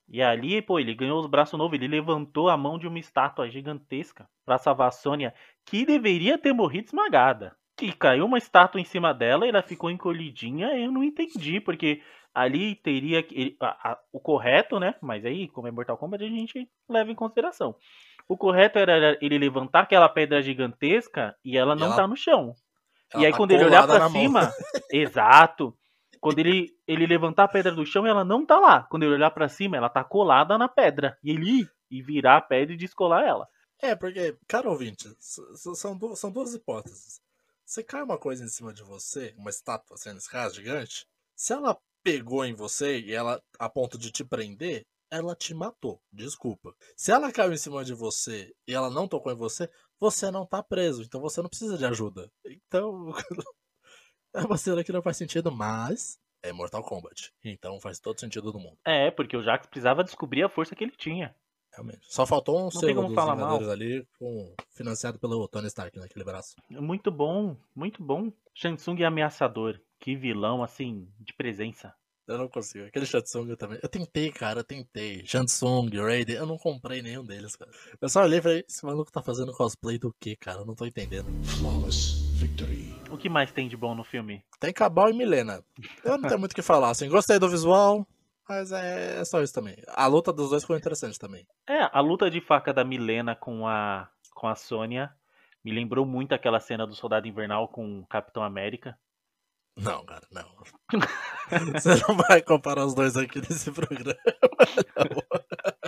E ali, pô, ele ganhou os braços novos, ele levantou a mão de uma estátua gigantesca pra salvar a Sônia, que deveria ter morrido esmagada. Que caiu uma estátua em cima dela e ela ficou encolhidinha, eu não entendi, porque ali teria que- ele- a- a- o correto, né? Mas aí, como é Mortal Kombat, a gente leva em consideração. O correto era ele levantar aquela pedra gigantesca e ela E não ela, tá no chão. E ela aí tá quando ele olhar colada pra na mão. cima, exato. Quando ele, ele levantar a pedra do chão, ela não tá lá. Quando ele olhar pra cima, ela tá colada na pedra. E ele ir e virar a pedra e descolar ela. É, porque, cara ouvinte, s- s- são, du- são duas hipóteses. Se cai uma coisa em cima de você, uma estátua, assim, nesse caso, gigante, se ela pegou em você e ela, a ponto de te prender, ela te matou, desculpa. Se ela caiu em cima de você e ela não tocou em você, você não tá preso, então você não precisa de ajuda. Então, é uma cena que não faz sentido, mas é Mortal Kombat. Então faz todo sentido do mundo. É, porque o Jax precisava descobrir a força que ele tinha. Realmente. Só faltou um Não tem selo como dos falar Vingadores mal. ali, com, financiado pelo Tony Stark naquele braço. Muito bom, muito bom. Shansung é ameaçador. Que vilão, assim, de presença. Eu não consigo. Aquele Shansung eu também. Eu tentei, cara, eu tentei. Shansung, Raiden, eu não comprei nenhum deles, cara. Eu só olhei e falei, esse maluco tá fazendo cosplay do quê, cara? Eu não tô entendendo. Flawless victory. O que mais tem de bom no filme? Tem Cabal e Milena. Eu não tenho muito o que falar, assim. Gostei do visual, mas é, é só isso também. A luta dos dois foi interessante também. É, a luta de faca da Milena com a, com a Sônia me lembrou muito aquela cena do Soldado Invernal com o Capitão América. Não, cara, não. Você não vai comparar os dois aqui nesse programa, não.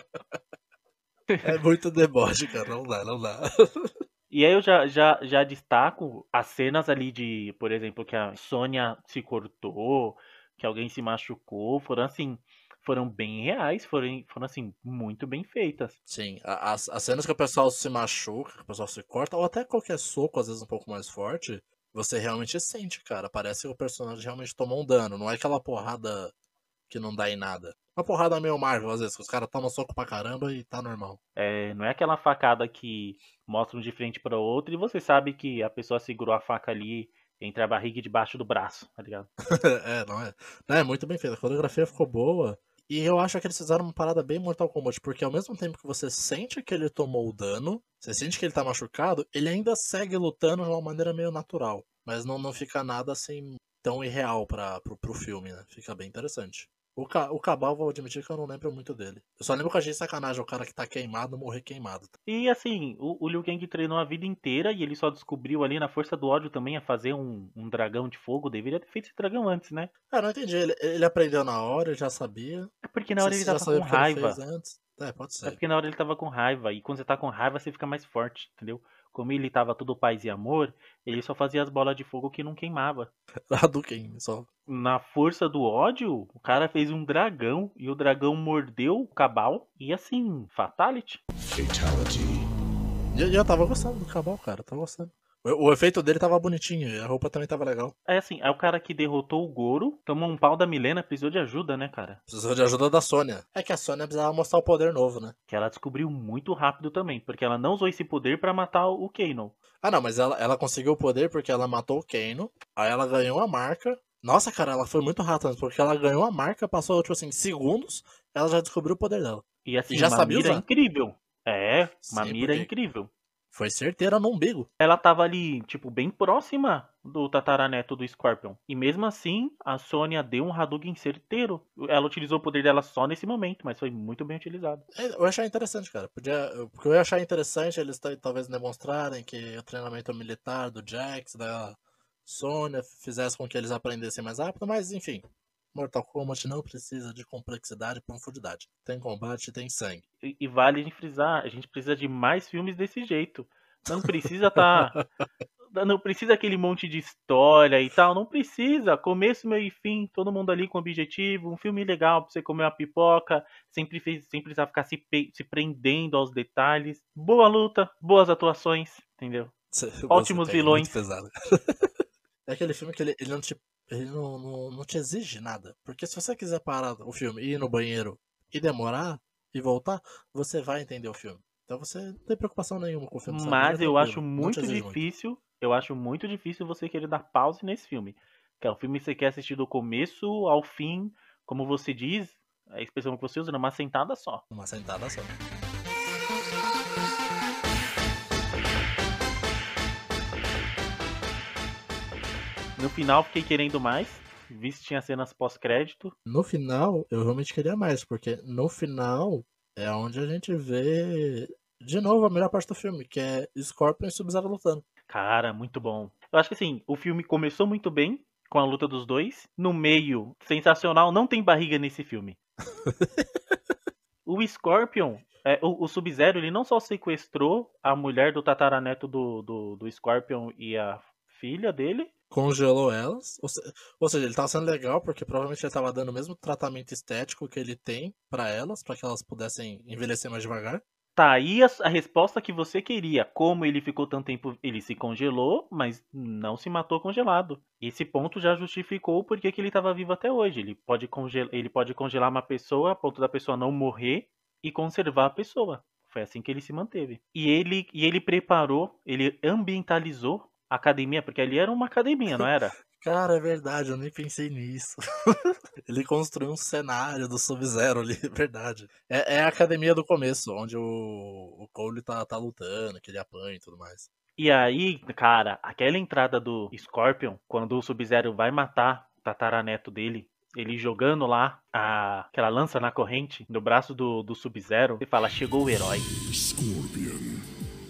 É muito deboche, cara. Não dá, não dá. E aí eu já, já, já destaco as cenas ali de, por exemplo, que a Sônia se cortou, que alguém se machucou, foram assim, foram bem reais, foram, foram assim, muito bem feitas. Sim, a- as, as cenas que o pessoal se machuca, que o pessoal se corta, ou até qualquer soco, às vezes um pouco mais forte, você realmente sente, cara. Parece que o personagem realmente tomou um dano. Não é aquela porrada que não dá em nada. Uma porrada meio Marvel, às vezes, que os caras tomam soco pra caramba e tá normal. É, não é aquela facada que mostra um de frente para outro e você sabe que a pessoa segurou a faca ali entre a barriga e debaixo do braço, tá ligado? É, não é. Não, é muito bem feito. A coreografia ficou boa. E eu acho que eles fizeram uma parada bem Mortal Kombat, porque ao mesmo tempo que você sente que ele tomou o dano, você sente que ele tá machucado, ele ainda segue lutando de uma maneira meio natural. Mas não, não fica nada assim tão irreal pra, pro, pro filme, né? Fica bem interessante. O, Ca, o Cabal, vou admitir que eu não lembro muito dele. Eu só lembro que eu achei sacanagem o cara que tá queimado morrer queimado. E assim, o, o Liu Kang treinou a vida inteira e ele só descobriu ali na força do ódio também a fazer um, um dragão de fogo. Deveria ter feito esse dragão antes, né? Ah, não entendi. Ele, ele aprendeu na hora, ele já sabia. É porque na Você hora ele você já tava com sabia porque ele fez raiva. antes. É, pode É ser. porque na hora ele tava com raiva. E quando você tá com raiva, você fica mais forte, entendeu? Como ele tava tudo paz e amor, ele só fazia as bolas de fogo que não queimava. Hadouken, só. Na força do ódio, o cara fez um dragão e o dragão mordeu o Cabal e assim, fatality. Fatality. E eu, eu tava gostando do Cabal, cara. Tava gostando. O, o efeito dele tava bonitinho e a roupa também tava legal. É assim, é o cara que derrotou o Goro, tomou um pau da Milena, precisou de ajuda, né, cara? Precisou de ajuda da Sônia. É que a Sônia precisava mostrar o poder novo, né? Que ela descobriu muito rápido também, porque ela não usou esse poder pra matar o Kano. Ah, não, mas ela, ela conseguiu o poder porque ela matou o Kano. Aí ela ganhou a marca. Nossa, cara, ela foi muito rápida, porque ela ganhou a marca, passou, tipo assim, segundos, ela já descobriu o poder dela. E assim, E já uma sabia mira usar. incrível. É, uma Sim, mira porque incrível. foi certeira no umbigo. Ela tava ali, tipo, bem próxima do tataraneto do Scorpion. E mesmo assim, a Sônia deu um Hadouken certeiro. Ela utilizou o poder dela só nesse momento, mas foi muito bem utilizado. É, eu ia achar interessante, cara. Podia, porque eu ia achar interessante eles t- talvez demonstrarem que o treinamento militar do Jax, da Sônia, fizesse com que eles aprendessem mais rápido, mas enfim. Mortal Kombat não precisa de complexidade e profundidade. Tem combate, tem sangue. E, e vale a gente frisar, a gente precisa de mais filmes desse jeito. Não precisa tá. Não precisa aquele monte de história e tal. Não precisa. Começo, meio e fim, todo mundo ali com objetivo. Um filme legal pra você comer uma pipoca. Sempre, fez, sem precisar ficar se, pe- se prendendo aos detalhes. Boa luta, boas atuações, entendeu? Você, Ótimos você pega vilões. muito pesado. É aquele filme que ele, ele não te, ele não, não, não te exige nada. Porque se você quiser parar o filme, ir no banheiro e demorar e voltar, você vai entender o filme. Então você não tem preocupação nenhuma com o filme, sabe? Ele é Mas eu acho tranquilo, não te muito exige muito. difícil. Eu acho muito difícil você querer dar pause nesse filme. Que é um filme que você quer assistir do começo ao fim, como você diz, a expressão que você usa, numa sentada só. Numa sentada só. No final, fiquei querendo mais, visto que tinha cenas pós-crédito. No final, eu realmente queria mais, porque no final é onde a gente vê de novo a melhor parte do filme, que é Scorpion e Sub-Zero lutando. Cara, muito bom. Eu acho que assim, o filme começou muito bem com a luta dos dois. No meio, sensacional, não tem barriga nesse filme. O Scorpion, é, o, o Sub-Zero, ele não só sequestrou a mulher do tataraneto do, do, do Scorpion e a filha dele. Congelou elas, ou, se, ou seja, ele tava sendo legal porque provavelmente ele tava dando o mesmo tratamento estético que ele tem pra elas, pra que elas pudessem envelhecer mais devagar. Tá aí a, a resposta que você queria. Como ele ficou tanto tempo, ele se congelou, mas não se matou congelado. Esse ponto já justificou por que ele estava vivo até hoje. Ele pode, congelar, ele pode congelar uma pessoa a ponto da pessoa não morrer e conservar a pessoa. Foi assim que ele se manteve. E ele, e ele preparou, ele ambientalizou a academia, porque ali era uma academia, não era? Cara, é verdade, eu nem pensei nisso. Ele construiu um cenário do Sub-Zero ali, é verdade. É, é a academia do começo, onde o, o Cole tá, tá lutando, que ele apanha e tudo mais. E aí, cara, aquela entrada do Scorpion, quando o Sub-Zero vai matar o tataraneto dele, ele jogando lá a, aquela lança na corrente no braço do, do Sub-Zero, ele fala, chegou o herói. Scorpion.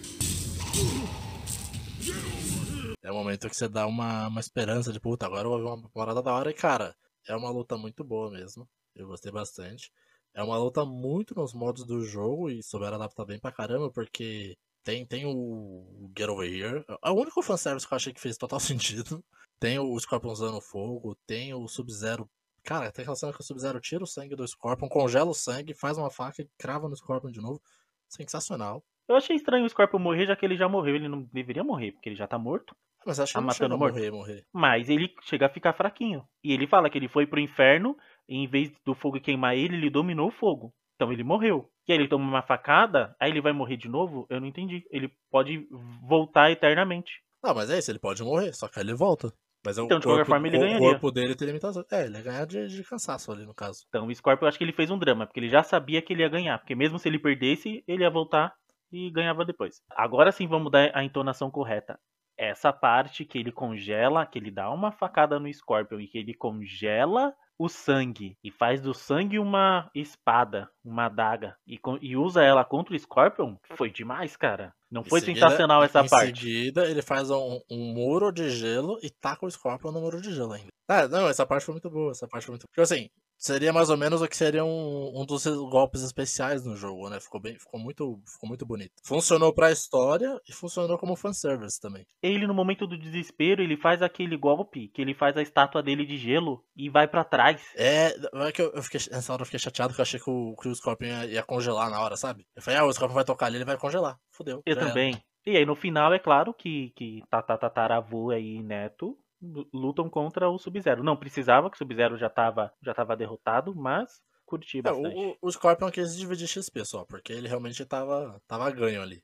É o momento que você dá uma, uma esperança de, puta, agora eu vou ver uma parada da hora. E, cara, é uma luta muito boa mesmo. Eu gostei bastante. É uma luta muito nos modos do jogo e souberam adaptar bem pra caramba, porque tem, tem o Get Over Here. É o único fanservice que eu achei que fez total sentido. Tem o Scorpion usando fogo, tem o Sub-Zero. Cara, tem aquela cena que o Sub-Zero tira o sangue do Scorpion, congela o sangue, faz uma faca e crava no Scorpion de novo. Sensacional. Eu achei estranho o Scorpion morrer, já que ele já morreu. Ele não deveria morrer, porque ele já tá morto. Mas acho que Tá ele não chega matando a morto. morrer, morrer. Mas ele chega a ficar fraquinho. E ele fala que ele foi pro inferno e em vez do fogo queimar ele, ele dominou o fogo. Então ele morreu. E aí ele toma uma facada, aí ele vai morrer de novo? Eu não entendi. Ele pode voltar eternamente. Não, mas é isso, ele pode morrer, só que aí ele volta. Mas é Então, o de qualquer corpo, forma, ele o ganharia. corpo dele tem limitação. É, ele ia ganhar de, de cansaço ali, no caso. Então o Scorpion, eu acho que ele fez um drama, porque ele já sabia que ele ia ganhar. Porque mesmo se ele perdesse, ele ia voltar e ganhava depois. Agora sim vamos dar a entonação correta. Essa parte que ele congela, que ele dá uma facada no Scorpion e que ele congela o sangue e faz do sangue uma espada, uma adaga e, e usa ela contra o Scorpion, foi demais, cara. Não foi seguida, sensacional essa em parte? Em seguida, ele faz um, um muro de gelo e taca o Scorpion no muro de gelo ainda. Ah, não, essa parte foi muito boa, essa parte foi muito boa. Tipo assim, seria mais ou menos o que seria um, um dos golpes especiais no jogo, né? Ficou, bem, ficou, muito, ficou muito bonito. Funcionou pra história e funcionou como fanservice também. Ele, no momento do desespero, ele faz aquele golpe, que ele faz a estátua dele de gelo e vai pra trás. É, é que eu, eu fiquei, nessa hora eu fiquei chateado que eu achei que o, que o Scorpion ia, ia congelar na hora, sabe? Eu falei, ah, o Scorpion vai tocar ali, ele vai congelar. Fudeu. Eu já era. também. E aí, no final, é claro que, que Tataravô e Neto lutam contra o Sub-Zero. Não precisava, que o Sub-Zero já tava, já tava derrotado, mas curti É, bastante. o, o Scorpion quis dividir X P só, porque ele realmente tava, tava ganho ali.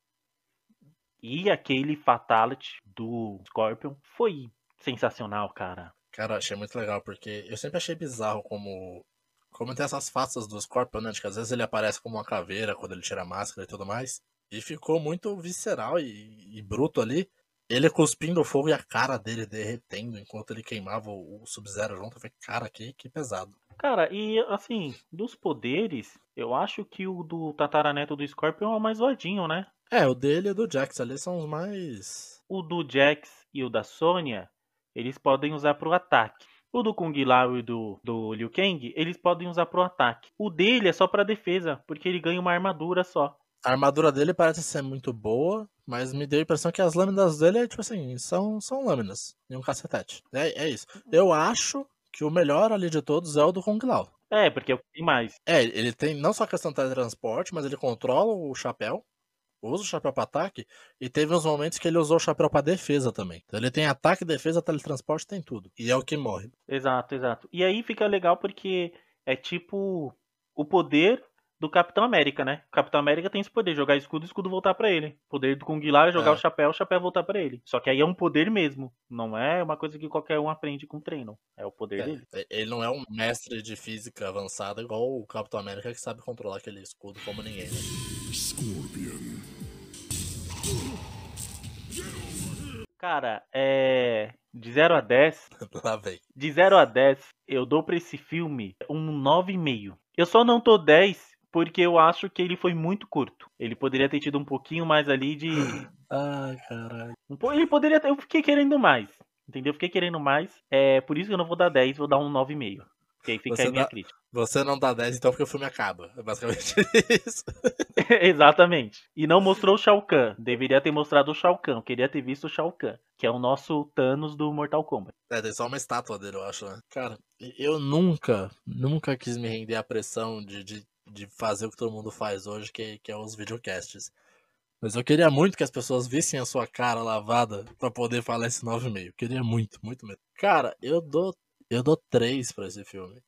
E aquele Fatality do Scorpion foi sensacional, cara. Cara, achei muito legal, porque eu sempre achei bizarro como, como tem essas faces do Scorpion, né? De que às vezes ele aparece como uma caveira quando ele tira a máscara e tudo mais. E ficou muito visceral e, e bruto ali. Ele cuspindo fogo e a cara dele derretendo enquanto ele queimava o, o Sub-Zero junto. Eu falei, cara, que, que pesado. Cara, e assim, dos poderes, eu acho que o do tataraneto do Scorpion é o mais zoadinho, né? É, o dele e o do Jax ali são os mais... O do Jax e o da Sonya, eles podem usar pro ataque. O do Kung Lao e do, do Liu Kang, eles podem usar pro ataque. O dele é só pra defesa, porque ele ganha uma armadura só. A armadura dele parece ser muito boa, mas me deu a impressão que as lâminas dele, tipo assim, são, são lâminas e um cacetete. É, é isso. Eu acho que o melhor ali de todos é o do Kung Lao. É, porque é o que tem mais. É, ele tem não só a questão do teletransporte, mas ele controla o chapéu, usa o chapéu pra ataque, e teve uns momentos que ele usou o chapéu pra defesa também. Então ele tem ataque, defesa, teletransporte, tem tudo. E é o que morre. Exato, exato. E aí fica legal porque é tipo o poder do Capitão América, né? O Capitão América tem esse poder, jogar escudo e o escudo voltar pra ele. O poder do Kung Lao é jogar É. o chapéu, o chapéu voltar pra ele. Só que aí é um poder mesmo, não é uma coisa que qualquer um aprende com treino. É o poder É, dele. ele não é um mestre de física avançada igual o Capitão América que sabe controlar aquele escudo como ninguém, né? Scorpion. Cara, é... de zero a dez, Lá vem. de zero a dez, eu dou pra esse filme um nove vírgula cinco. Eu só não tô dez porque eu acho que ele foi muito curto. Ele poderia ter tido um pouquinho mais ali de... Ai, caralho. Um po- Ele poderia ter... Eu fiquei querendo mais, entendeu? Eu fiquei querendo mais. É por isso que eu não vou dar dez, vou dar um nove vírgula cinco. Porque aí fica Você aí minha dá- crítica. Você não dá dez então porque o filme acaba. É basicamente isso. Exatamente. E não mostrou o Shao Kahn. Deveria ter mostrado o Shao Kahn. Eu queria ter visto o Shao Kahn, que é o nosso Thanos do Mortal Kombat. É, tem só uma estátua dele, eu acho, né? Cara, eu nunca, nunca quis me render à pressão de, de, de fazer o que todo mundo faz hoje, que, que é os videocasts. Mas eu queria muito que as pessoas vissem a sua cara lavada pra poder falar esse nove vírgula cinco. Queria muito, muito mesmo. Cara, eu dou, eu dou três pra esse filme.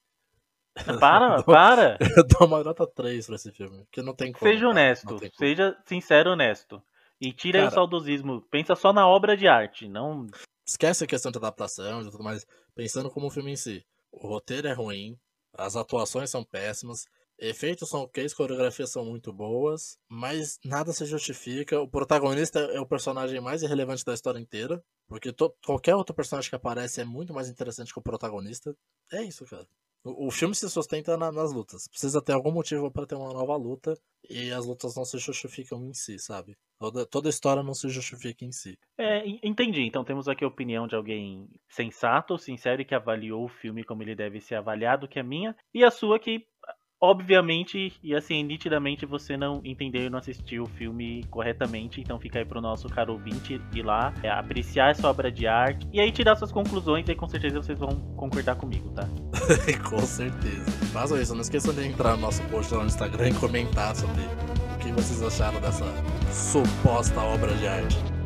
Para, para! Eu dou uma nota três pra esse filme, porque não tem como. Seja cara, honesto. não tem como. Seja sincero honesto. E tira aí o Cara- saudosismo. Pensa só na obra de arte. Não. Esquece a questão de adaptação e tudo mais, pensando como o filme em si. O roteiro é ruim, as atuações são péssimas, efeitos são ok, as coreografias são muito boas, mas nada se justifica. O protagonista é o personagem mais irrelevante da história inteira, porque to- qualquer outro personagem que aparece é muito mais interessante que o protagonista. É isso, cara. O, o filme se sustenta na- nas lutas. Precisa ter algum motivo pra ter uma nova luta, e as lutas não se justificam em si, sabe? Toda, toda história não se justifica em si. É, en- entendi. Então temos aqui a opinião de alguém sensato, sincero e que avaliou o filme como ele deve ser avaliado, que é a minha. E a sua que, obviamente, e assim, nitidamente você não entendeu e não assistiu o filme corretamente. Então fica aí pro nosso caro ouvinte ir lá, é, apreciar essa obra de arte e aí tirar suas conclusões e aí com certeza vocês vão concordar comigo, tá? Com certeza. Façam isso, não esqueçam de entrar no nosso post lá no Instagram e comentar sobre o que vocês acharam dessa suposta obra de arte.